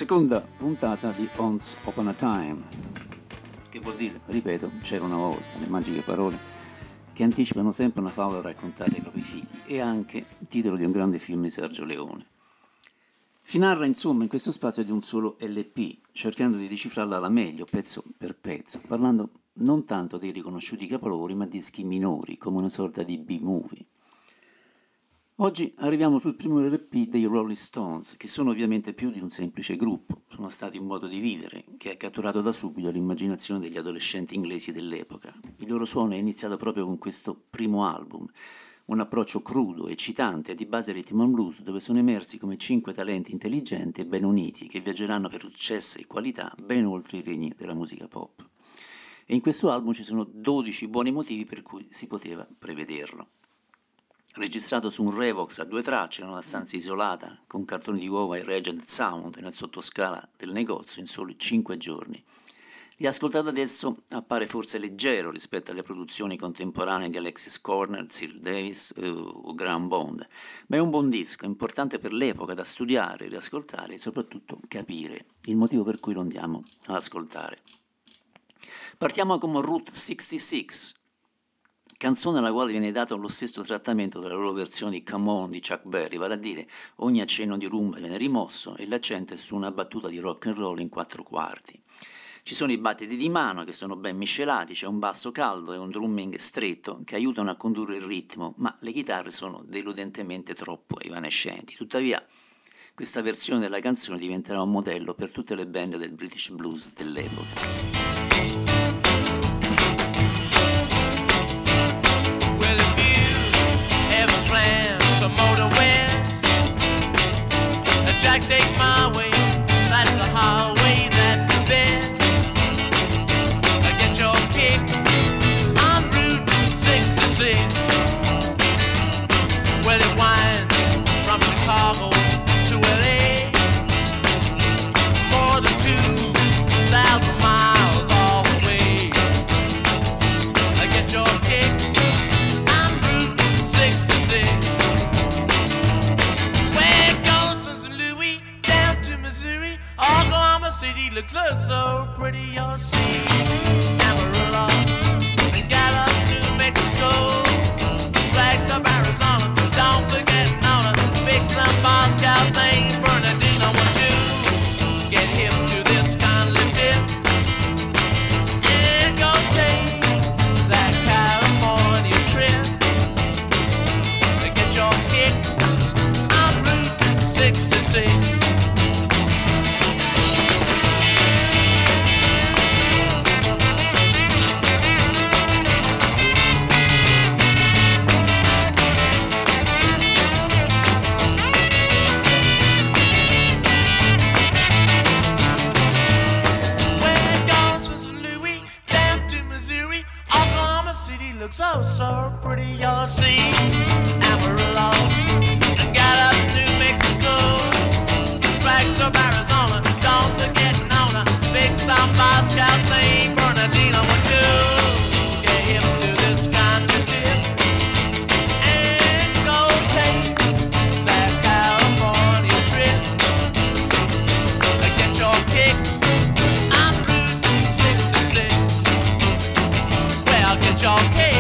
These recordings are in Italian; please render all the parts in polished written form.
Seconda puntata di Once Upon a Time, che vuol dire, ripeto, c'era una volta, le magiche parole che anticipano sempre una favola raccontata ai propri figli e anche il titolo di un grande film di Sergio Leone. Si narra insomma in questo spazio di un solo LP, cercando di decifrarla alla meglio, pezzo per pezzo, parlando non tanto dei riconosciuti capolavori ma dischi minori, come una sorta di B-movie. Oggi arriviamo sul primo LP dei Rolling Stones, che sono ovviamente più di un semplice gruppo, sono stati un modo di vivere che ha catturato da subito l'immaginazione degli adolescenti inglesi dell'epoca. Il loro suono è iniziato proprio con questo primo album, un approccio crudo, eccitante e di base rhythm and blues, dove sono emersi come 5 talenti intelligenti e ben uniti che viaggeranno per successo e qualità ben oltre i regni della musica pop. E in questo album ci sono 12 buoni motivi per cui si poteva prevederlo. Registrato su un Revox a 2 tracce in una stanza isolata con cartoni di uova e Regent Sound nel sottoscala del negozio in soli 5 giorni. Riascoltato adesso appare forse leggero rispetto alle produzioni contemporanee di Alexis Cornell, Cyril Davis o Graham Bond, ma è un buon disco, importante per l'epoca da studiare, riascoltare e soprattutto capire il motivo per cui lo andiamo ad ascoltare. Partiamo con Route 66, canzone alla quale viene dato lo stesso trattamento della loro versione di Come On di Chuck Berry, vale a dire ogni accenno di rumba viene rimosso e l'accento è su una battuta di rock and roll in 4/4. Ci sono i battiti di mano che sono ben miscelati, c'è un basso caldo e un drumming stretto che aiutano a condurre il ritmo, ma le chitarre sono deludentemente troppo evanescenti. Tuttavia, questa versione della canzone diventerà un modello per tutte le band del British Blues dell'epoca. Jack, take my way, that's the highway, that's the best. Get your kicks on Route 66. Well, it winds from Chicago to LA, more than 2,000 miles all the way. Get your kicks on Route 66. Oklahoma City looks so pretty, you'll see. Amarillo and Gallup, New Mexico, Flagstaff, Arizona. Don't forget Nona, Big Sun, Moscow, St. Bernardino. Want to get hip to this kindly tip and go take that California trip. Get your kicks on Route 66. Looks so pretty, you'll see. Amarillo and Gallup, New Mexico, Flagstaff, Arizona. Don't forget Nona, Big Sun, Moscow, St. Bernardino. Want to get hip to this kind of tip and go take that California trip. Get your kicks on Route 66. Well, get your kicks.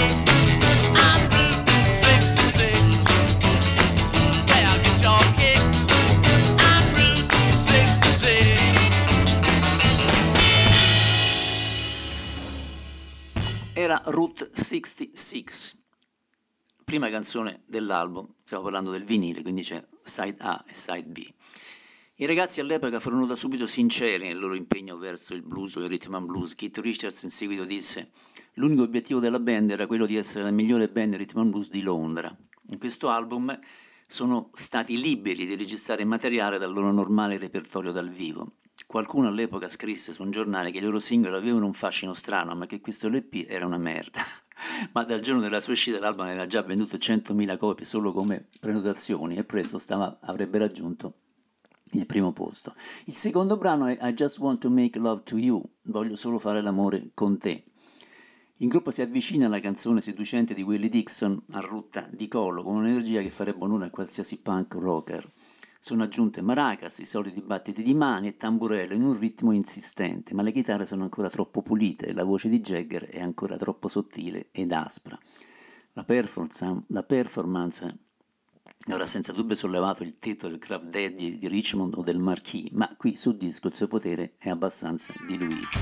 Era Route 66, prima canzone dell'album, stiamo parlando del vinile, quindi c'è side A e side B. I ragazzi all'epoca furono da subito sinceri nel loro impegno verso il blues o il rhythm and blues. Keith Richards in seguito disse: l'unico obiettivo della band era quello di essere la migliore band rhythm and blues di Londra. In questo album sono stati liberi di registrare materiale dal loro normale repertorio dal vivo. Qualcuno all'epoca scrisse su un giornale che i loro singoli avevano un fascino strano, ma che questo LP era una merda. Ma dal giorno della sua uscita l'album aveva già venduto 100.000 copie solo come prenotazioni e presto avrebbe raggiunto il primo posto. Il secondo brano è I Just Want to Make Love to You, voglio solo fare l'amore con te. Il gruppo si avvicina alla canzone seducente di Willie Dixon a rotta di collo, con un'energia che farebbe onore a qualsiasi punk rocker. Sono aggiunte maracas, i soliti battiti di mani e tamburello in un ritmo insistente, ma le chitarre sono ancora troppo pulite e la voce di Jagger è ancora troppo sottile ed aspra. La performance avrà senza dubbio sollevato il tetto del Club Daddy di Richmond o del Marquis, ma qui sul disco il suo potere è abbastanza diluito.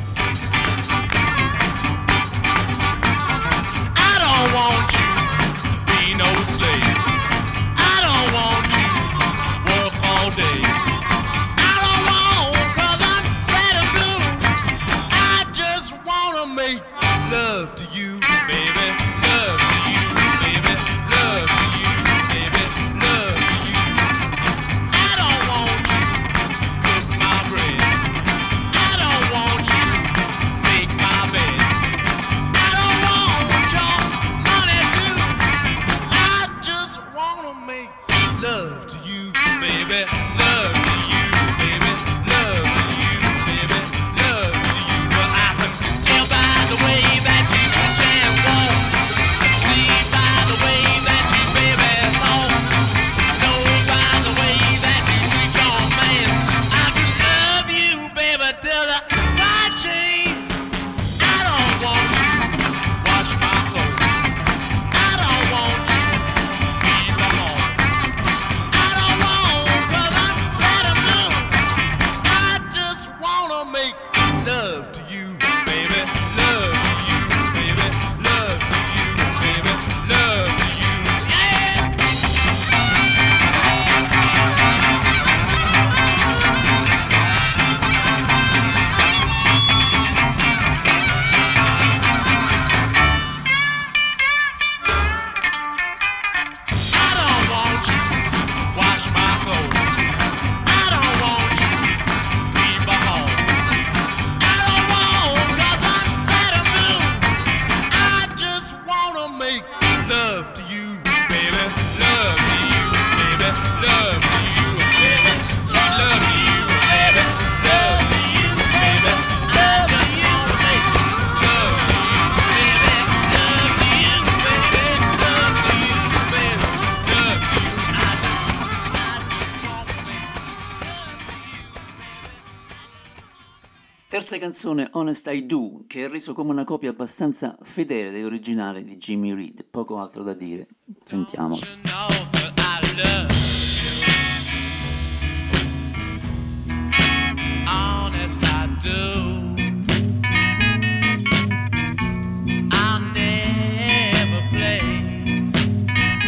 I don't want you to be no slave. I don't want you to work all day. I don't want, 'cause I'm sad and blue. I just wanna make love to you, baby. Love to you, baby. Love to you, baby. Love to you. I don't want you to cook my bread. I don't want you to make my bed. I don't want your money too. I just wanna make love to you, baby. Love to you, baby. Love to you, baby. Love to you. But I can tell by the way that you switch and walk, see by the way that you baby talk, know by the way that you treat your man. I can love you, baby, till the right chain. I don't want you to wash my clothes. I don't want you to clean the home. I don't want, 'cause I'm sad and blue. I just wanna make love to you, baby. Love to you, baby. Love to you, baby. Love to you, yeah. I don't want you to wash my clothes. I don't want you to clean my home. I don't want, 'cause I'm sad and blue. I just wanna make love to you, baby. Love to you, baby. Love to you, baby. Sweet love to you, baby. Love to you, baby. I just wanna make love to you, baby. Love to you, baby. Love to you, baby. Love to you. I just wanna make Terza canzone, Honest I Do, che è reso come una copia abbastanza fedele dell'originale di Jimmy Reed, poco altro da dire, sentiamolo. you know that I love you. Honest I do. I'll never place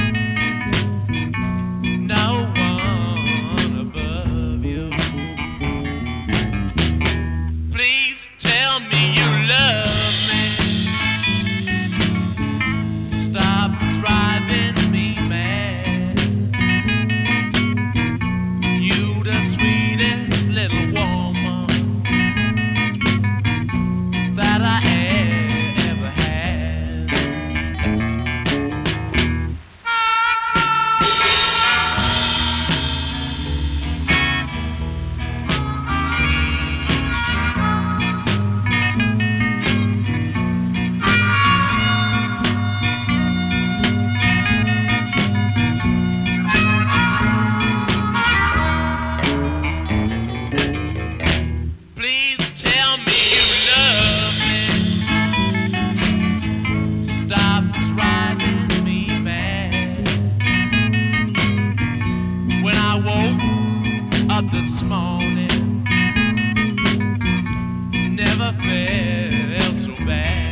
no one above you. Please tell me you love me. Stop driving me mad. You the sweetest little woman that I ever had. Please tell me you love me. Stop driving me mad. When I woke up this morning, never felt so bad.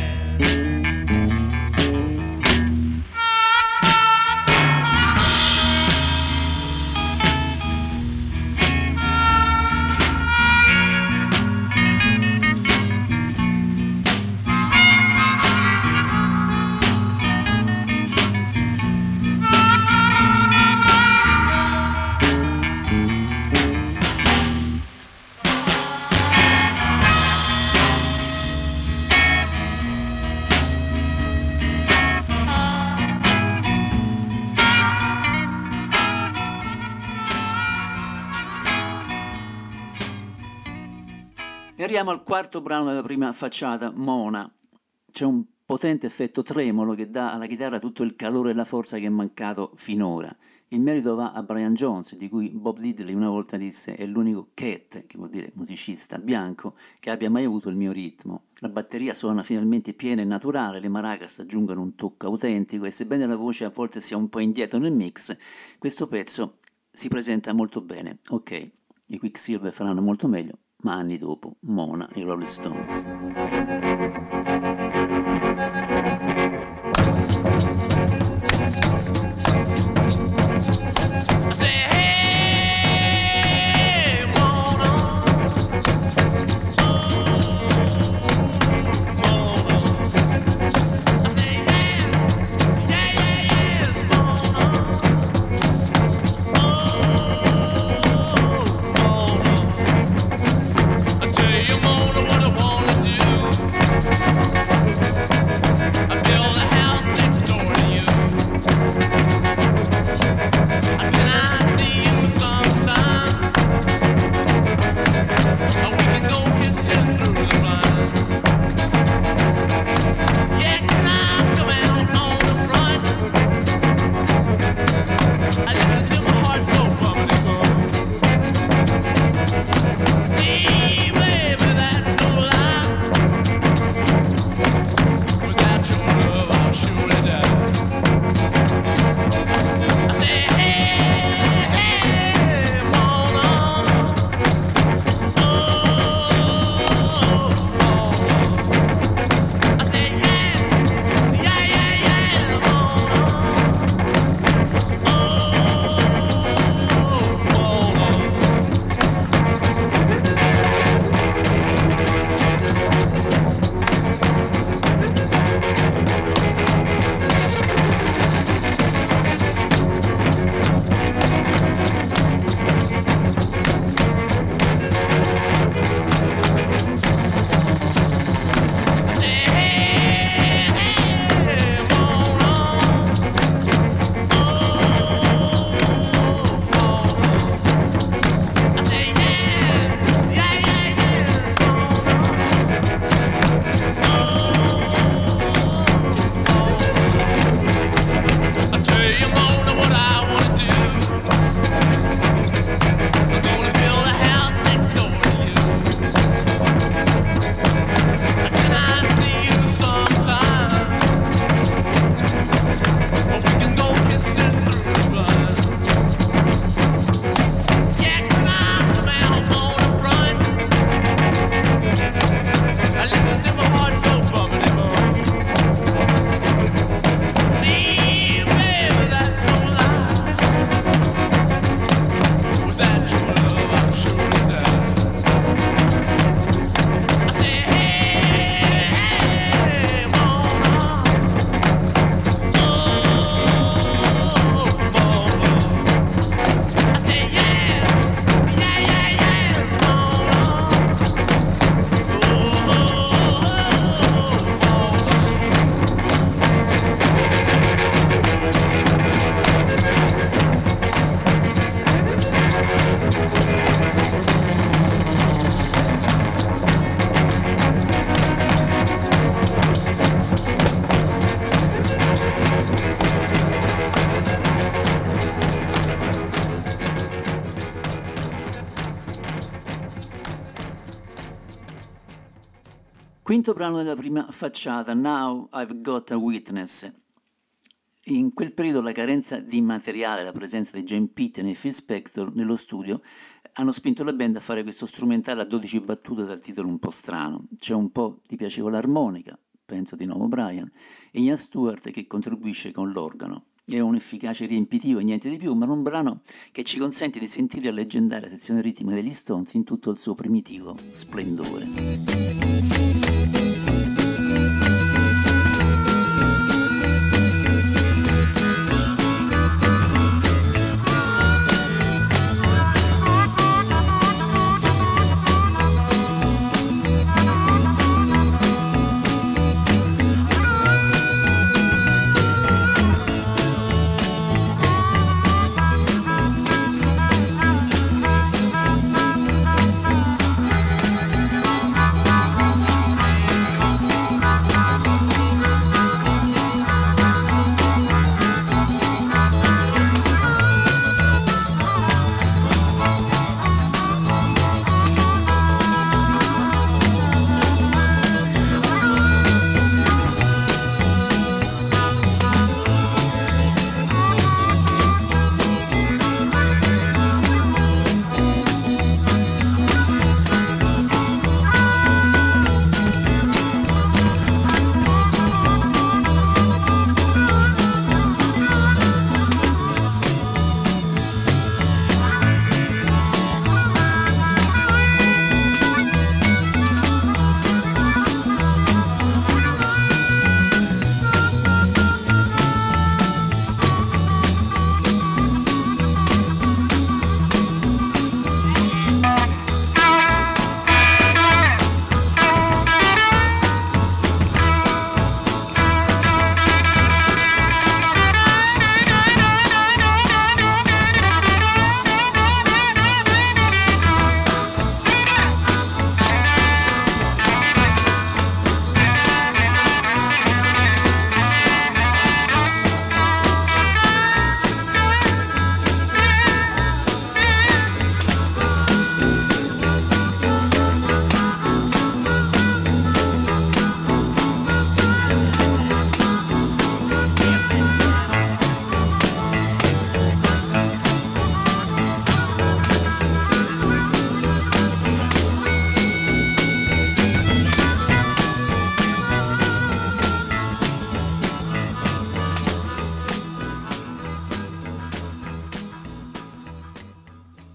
E arriviamo al quarto brano della prima facciata, Mona. C'è un potente effetto tremolo che dà alla chitarra tutto il calore e la forza che è mancato finora. Il merito va a Brian Jones, di cui Bob Diddley una volta disse è l'unico cat, che vuol dire musicista bianco, che abbia mai avuto il mio ritmo. La batteria suona finalmente piena e naturale, le maracas aggiungono un tocco autentico e sebbene la voce a volte sia un po' indietro nel mix, questo pezzo si presenta molto bene. Ok, i Quicksilver faranno molto meglio, ma anni dopo, Mona e i Rolling Stones. Quinto brano della prima facciata, Now I've Got a Witness. In quel periodo la carenza di materiale, la presenza di Jane Pittman e Phil Spector nello studio hanno spinto la band a fare questo strumentale a 12 battute dal titolo un po' strano. C'è un po' di piacevole armonica, penso di nuovo Brian, e Ian Stewart che contribuisce con l'organo. È un efficace riempitivo e niente di più, ma un brano che ci consente di sentire la leggendaria sezione ritmica degli Stones in tutto il suo primitivo splendore.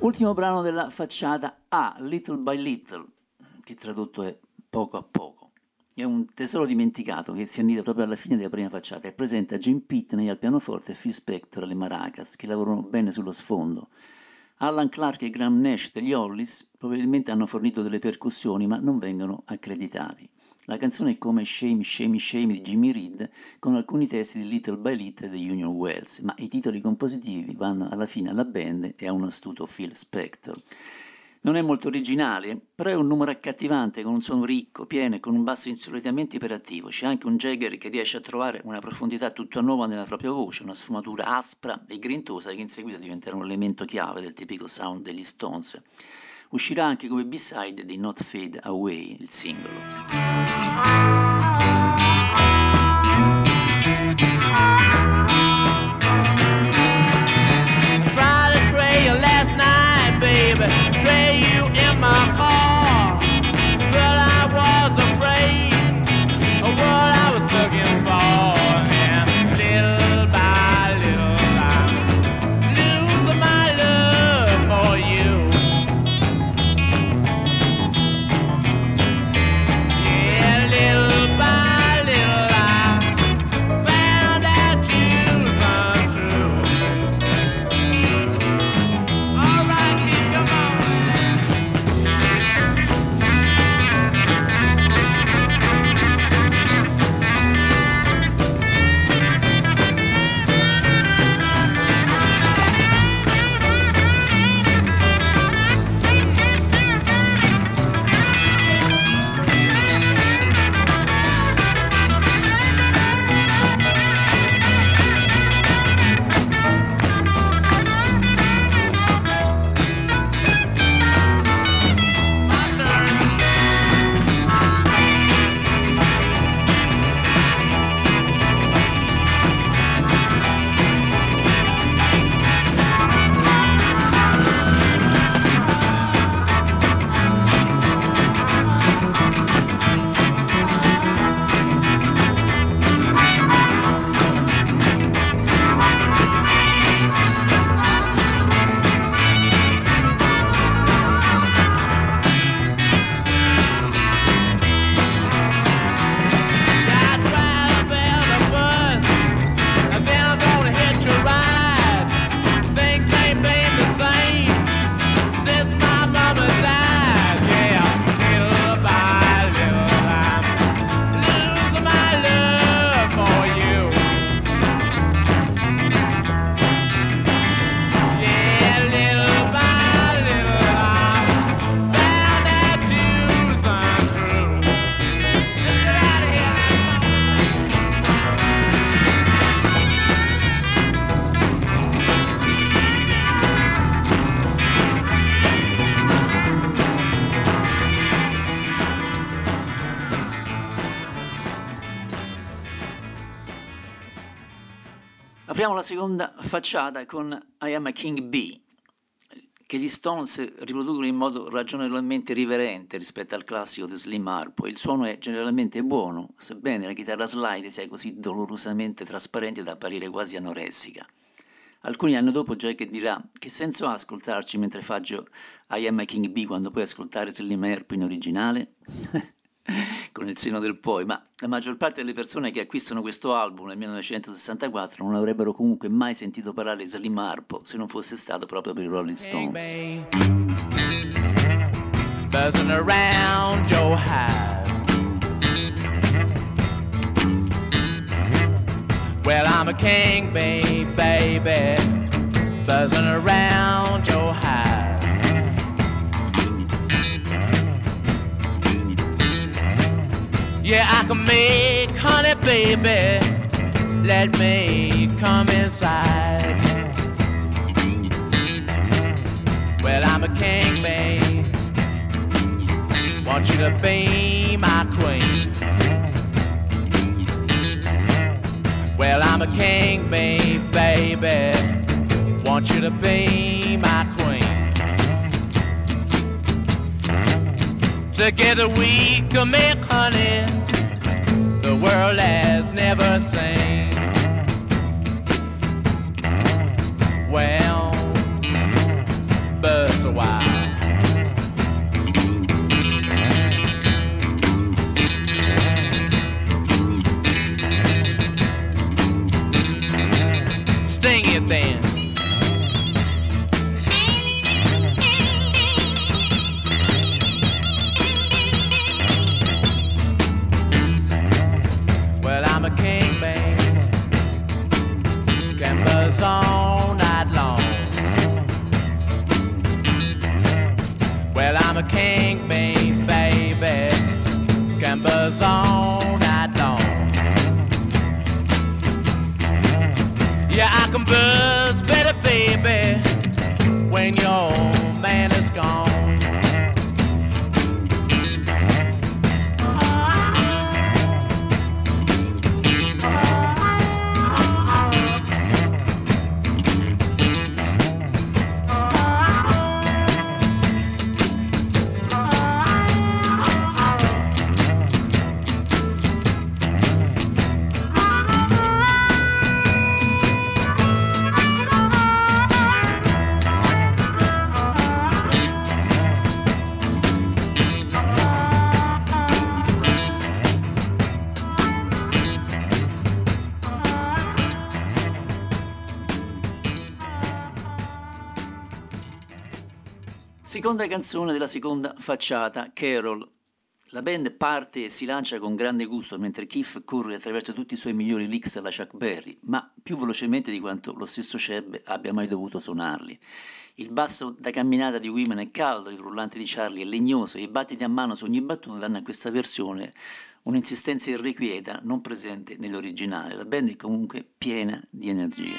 Ultimo brano della facciata A, Little by Little, che tradotto è poco a poco. È un tesoro dimenticato che si annida proprio alla fine della prima facciata e presenta Jim Pitney al pianoforte e Phil Spector alle maracas, che lavorano bene sullo sfondo. Alan Clark e Graham Nash degli Hollies probabilmente hanno fornito delle percussioni, ma non vengono accreditati. La canzone è come Shame, Shame, Shame di Jimmy Reed, con alcuni testi di Little by Little di Union Wells, ma i titoli compositivi vanno alla fine alla band e a un astuto Phil Spector. Non è molto originale, però è un numero accattivante, con un suono ricco, pieno e con un basso insolitamente iperattivo. C'è anche un Jagger che riesce a trovare una profondità tutta nuova nella propria voce, una sfumatura aspra e grintosa che in seguito diventerà un elemento chiave del tipico sound degli Stones. Uscirà anche come B-side di Not Fade Away, il singolo. Betray you in my car, but I was afraid of what I was looking for, and little by little I'm losing my love for you. Yeah, little by little I found that you was untrue. All right, keep come on. Apriamo la seconda facciata con I Am a King Bee, che gli Stones riproducono in modo ragionevolmente riverente rispetto al classico di Slim Harpo. Il suono è generalmente buono, sebbene la chitarra slide sia così dolorosamente trasparente da apparire quasi anoressica. Alcuni anni dopo Jack dirà: che senso ha ascoltarci mentre faccio I Am a King Bee quando puoi ascoltare Slim Harpo in originale? Con il senno del poi, ma la maggior parte delle persone che acquistano questo album nel 1964 non avrebbero comunque mai sentito parlare di Slim Harpo se non fosse stato proprio per i Rolling Stones. Buzzing around your hive. Well, I'm a king bee, baby, buzzing around your hive. Yeah, I can make honey, baby, let me come inside. Well, I'm a king, babe, want you to be my queen. Well, I'm a king, baby, want you to be my queen. Together we can make honey the world has never seen. Well, buzz can buzz all night long. Yeah, I can buzz better, baby, when your man is gone. Seconda canzone della seconda facciata, Carol. La band parte e si lancia con grande gusto mentre Keith corre attraverso tutti i suoi migliori licks alla Chuck Berry, ma più velocemente di quanto lo stesso Cheb abbia mai dovuto suonarli. Il basso da camminata di Women è caldo, il rullante di Charlie è legnoso e i battiti a mano su ogni battuta danno a questa versione un'insistenza irrequieta non presente nell'originale. La band è comunque piena di energia.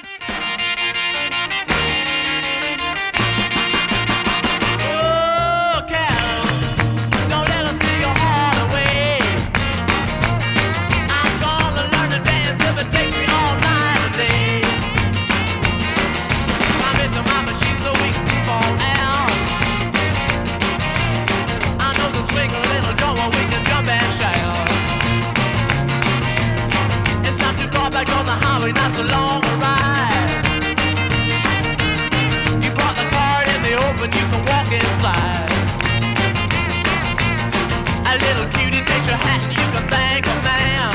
Back on the highway, not so long a ride. You brought the card in the open, you can walk inside. A little cutie takes your hat and you can thank a man.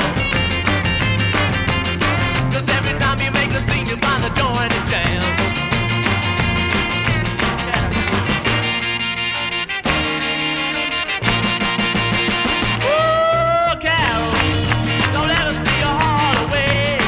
'Cause every time you make the scene, you find the joint is jammed. Ooh, Carol, don't let us steal your heart away.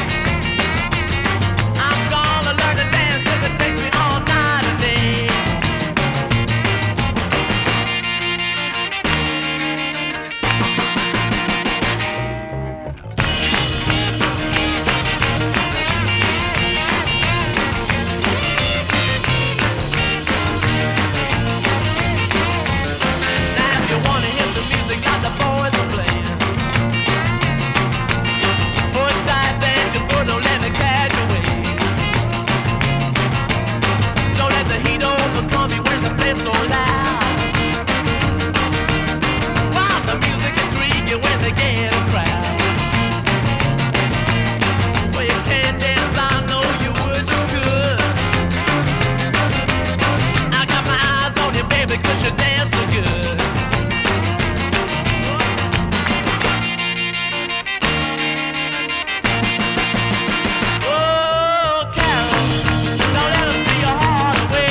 So loud. Wow, the music intrigue you when they get a crowd. Well, you can dance, I know you would, you could. I got my eyes on you, baby, 'cause you dance so good. Oh, Carol, don't let us steal your heart away.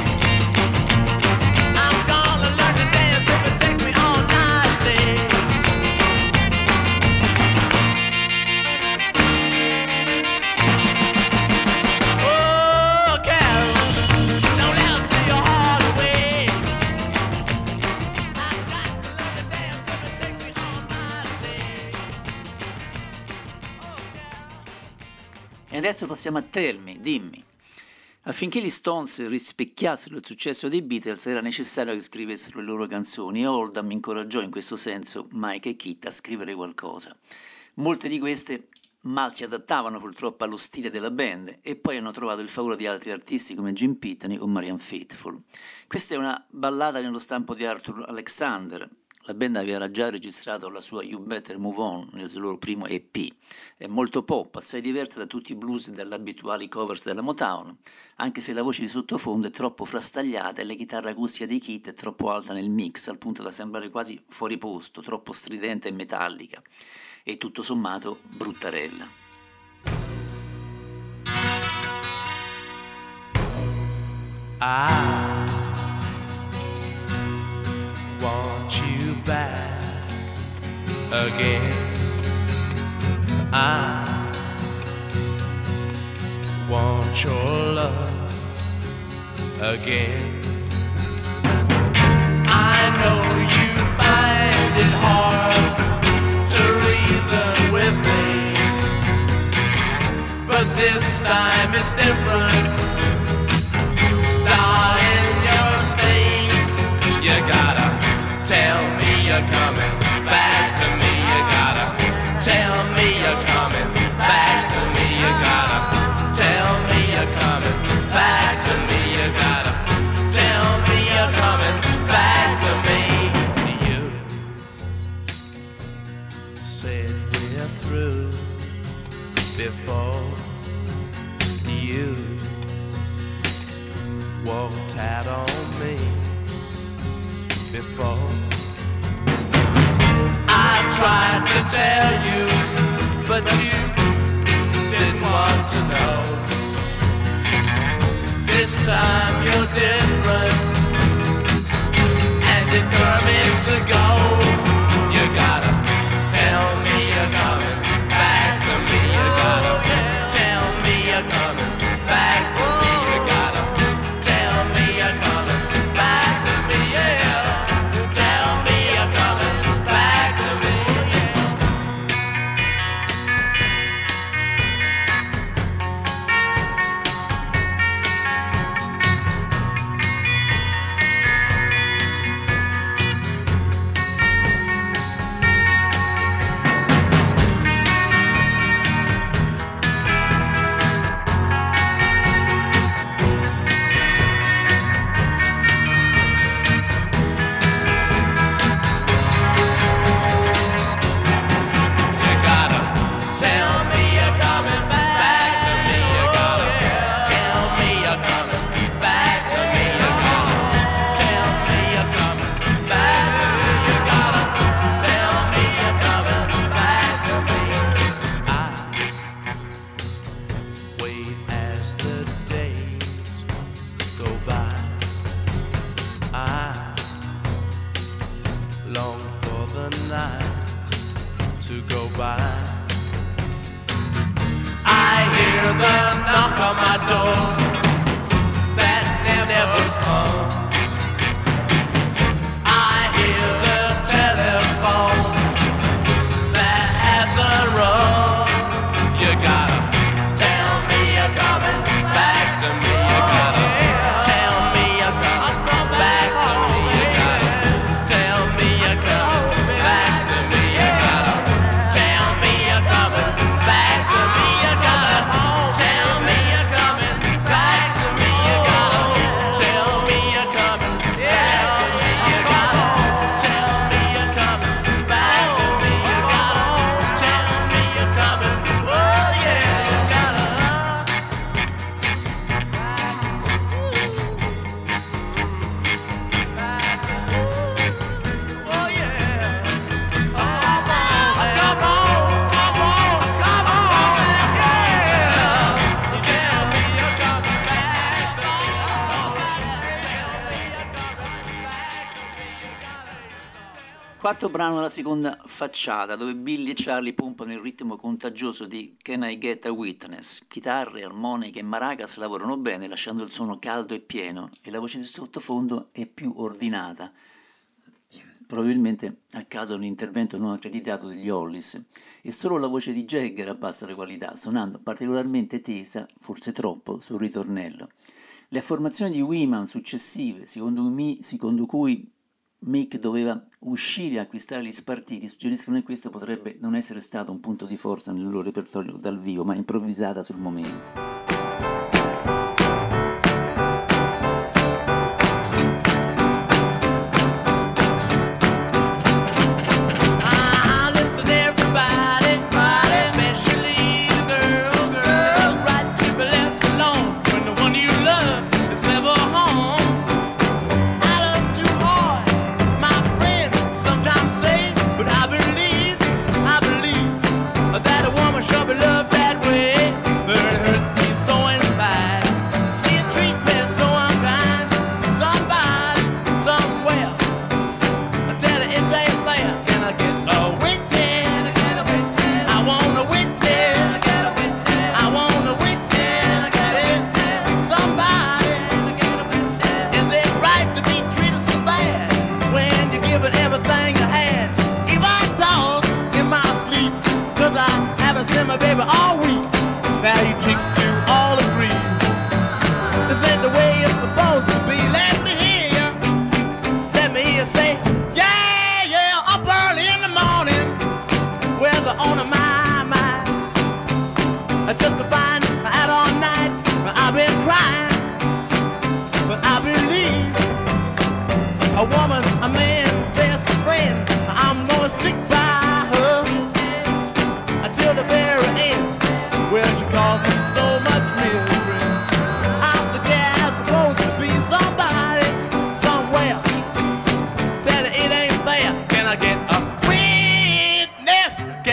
E adesso passiamo a Tell Me, dimmi. Affinché gli Stones rispecchiassero il successo dei Beatles era necessario che scrivessero le loro canzoni e Oldham incoraggiò in questo senso Mike e Keith a scrivere qualcosa. Molte di queste mal si adattavano purtroppo allo stile della band e poi hanno trovato il favore di altri artisti come Jim Pitney o Marianne Faithfull. Questa è una ballata nello stampo di Arthur Alexander. La band aveva già registrato la sua You Better Move On nel loro primo EP. È molto pop, assai diversa da tutti i blues e dalle abituali covers della Motown, anche se la voce di sottofondo è troppo frastagliata e la chitarra acustica di Keith è troppo alta nel mix, al punto da sembrare quasi fuori posto, troppo stridente e metallica, e tutto sommato bruttarella. I want you back again. I want your love again. I know you find it hard is different. Darling, you're saying you gotta tell me you're coming back to me. You gotta tell me you're coming back to me. You gotta tell me you're coming back to me. You gotta tell me you're coming back to me. You said we're through before you walked out on me. Before I tried to tell you, but you didn't want to know. This time you're different and determined to go. You gotta tell me you're coming back to me. You gotta tell me you're coming back to me. You gotta tell me you're coming back to me. Yeah, tell me you're coming back to me. Quarto brano della seconda facciata, dove Billy e Charlie pompano il ritmo contagioso di Can I Get a Witness. Chitarre, armoniche e maracas lavorano bene, lasciando il suono caldo e pieno, e la voce di sottofondo è più ordinata, probabilmente a causa di un intervento non accreditato degli Hollies, e solo la voce di Jagger abbassa le qualità, suonando particolarmente tesa, forse troppo, sul ritornello. Le affermazioni di Wyman successive, secondo cui Mick doveva uscire e acquistare gli spartiti, suggeriscono che questo potrebbe non essere stato un punto di forza nel loro repertorio dal vivo, ma improvvisata sul momento. Sure be loved that way, but it hurts me so inside.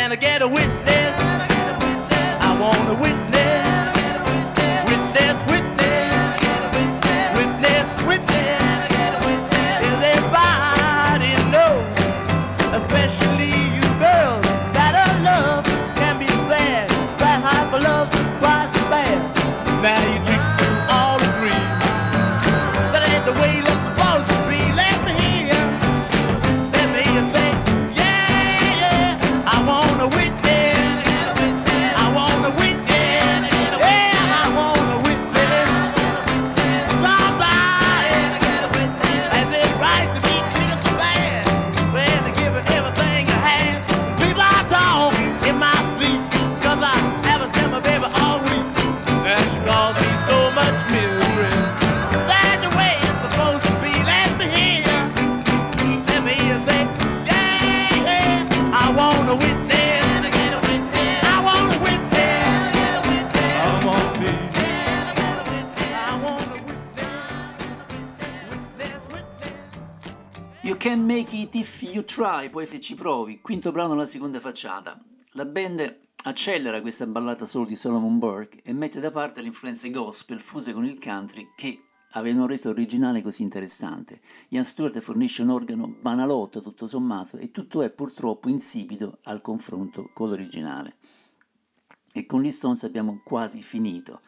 Can I get a witness? I want a witness. Witness, witness. Witness, witness. Everybody knows, especially you girls, that a love can be sad. That hyper love is quite bad. Now you chicks do all agree that ain't the way love's supposed to be. Let me hear you say, yeah, yeah. I want a witness. I want a witness. Yeah, I want a witness. Somebody has it right to be treated so bad. When they give it everything I have. People I talk in my sleep, 'cause I haven't seen my baby all week. And she calls me so much misery. That's the way it's supposed to be. Let me hear you say, yeah, yeah. I want a witness. I want a witness. I want me. I want a witness. Witness. You can make it if you try, poi se ci provi. Quinto brano, la seconda facciata. La band accelera questa ballata solo di Solomon Burke e mette da parte le influenze gospel fuse con il country che avevano reso l'originale così interessante. Ian Stewart fornisce un organo banalotto tutto sommato e tutto è purtroppo insipido al confronto con l'originale. E con gli Stones abbiamo quasi finito.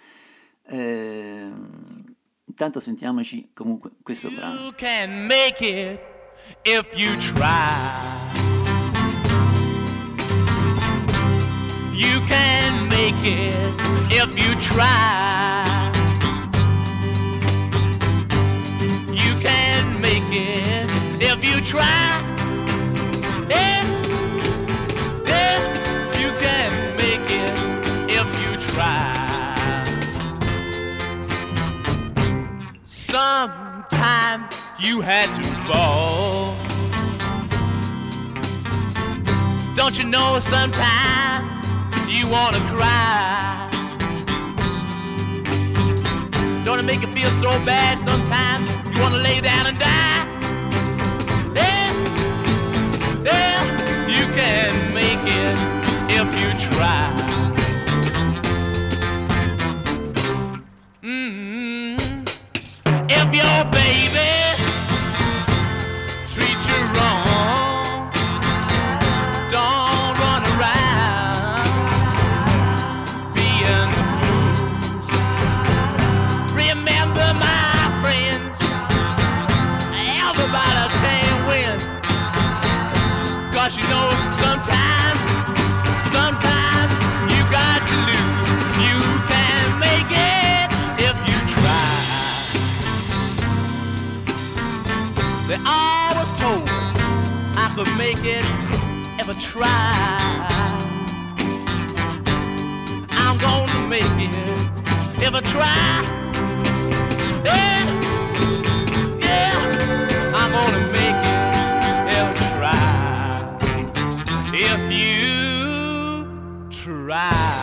Intanto sentiamoci comunque questo brano. You can make it if you try. You can make it if you try. You can make it if you try. Yeah, yeah. You can make it if you try. Sometime you had to fall. Don't you know sometimes you wanna cry? Don't it make you feel so bad sometimes you wanna lay down and die? Yeah, yeah, you can make it if you try. If your baby treats you wrong, don't run around being the fool. Remember, my friend, everybody can win. 'Cause you know sometimes you got to lose. You can make it if you try. They always told I could make it if I try. I'm gonna make it if I try. Yeah, yeah, I'm gonna make it if I try. If you try.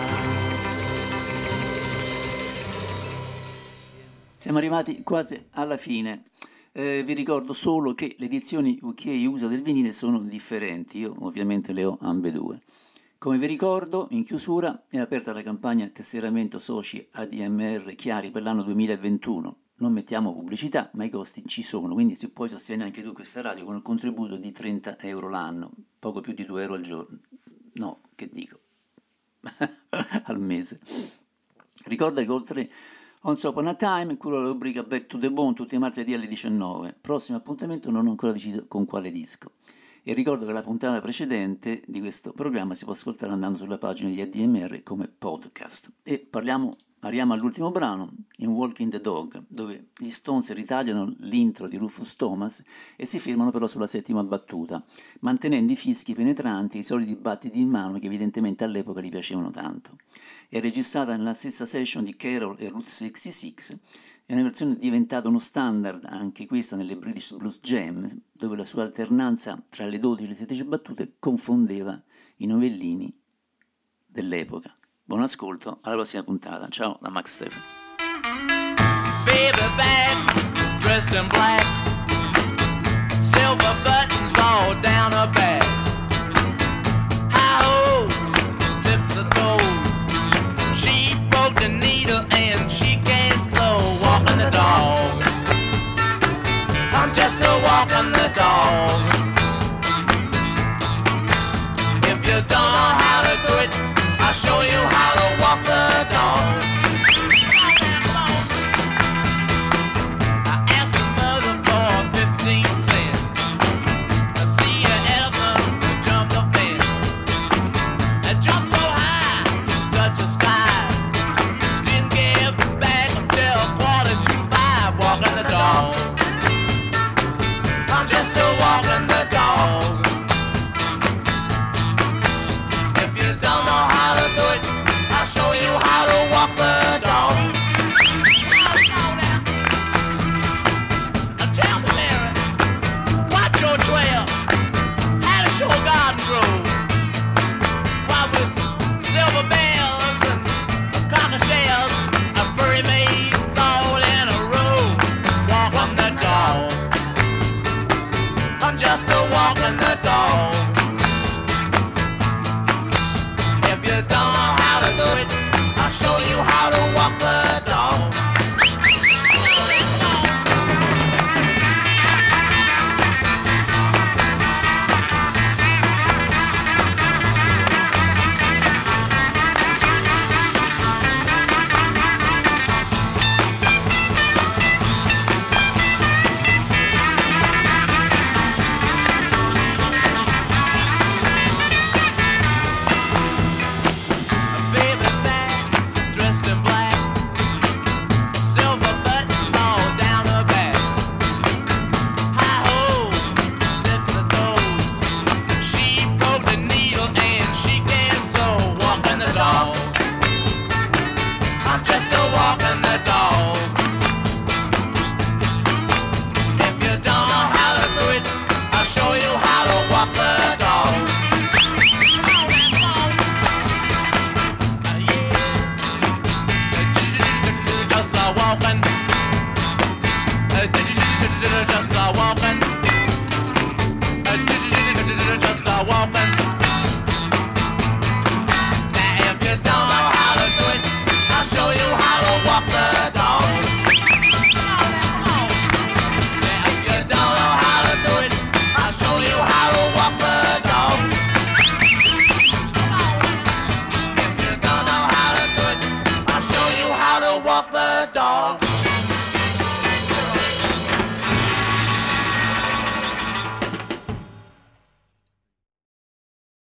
Siamo arrivati quasi alla fine. Vi ricordo solo che le edizioni UK USA del vinile sono differenti, io ovviamente le ho ambedue. Come vi ricordo, in chiusura è aperta la campagna tesseramento soci ADMR Chiari per l'anno 2021. Non mettiamo pubblicità, ma i costi ci sono, quindi se puoi sostenere anche tu questa radio con il contributo di 30 euro l'anno, poco più di 2 euro al giorno. No, che dico, al mese. Ricorda che oltre Once Upon a Time, cura la rubrica Back to the Bone tutti i martedì alle 19. Prossimo appuntamento non ho ancora deciso con quale disco. E ricordo che la puntata precedente di questo programma si può ascoltare andando sulla pagina di ADMR come podcast. E arriviamo all'ultimo brano, in Walking the Dog, dove gli Stones ritagliano l'intro di Rufus Thomas e si fermano però sulla settima battuta, mantenendo i fischi penetranti e i soliti battiti in mano che evidentemente all'epoca gli piacevano tanto. È registrata nella stessa session di Carol e Route 66, è una versione diventata uno standard anche questa nelle British Blues Jam, dove la sua alternanza tra le 12 e le 16 battute confondeva i novellini dell'epoca. Buon ascolto, alla prossima puntata. Ciao da Max Stefan. Baby bad, dressed in black, silver buttons all down her back.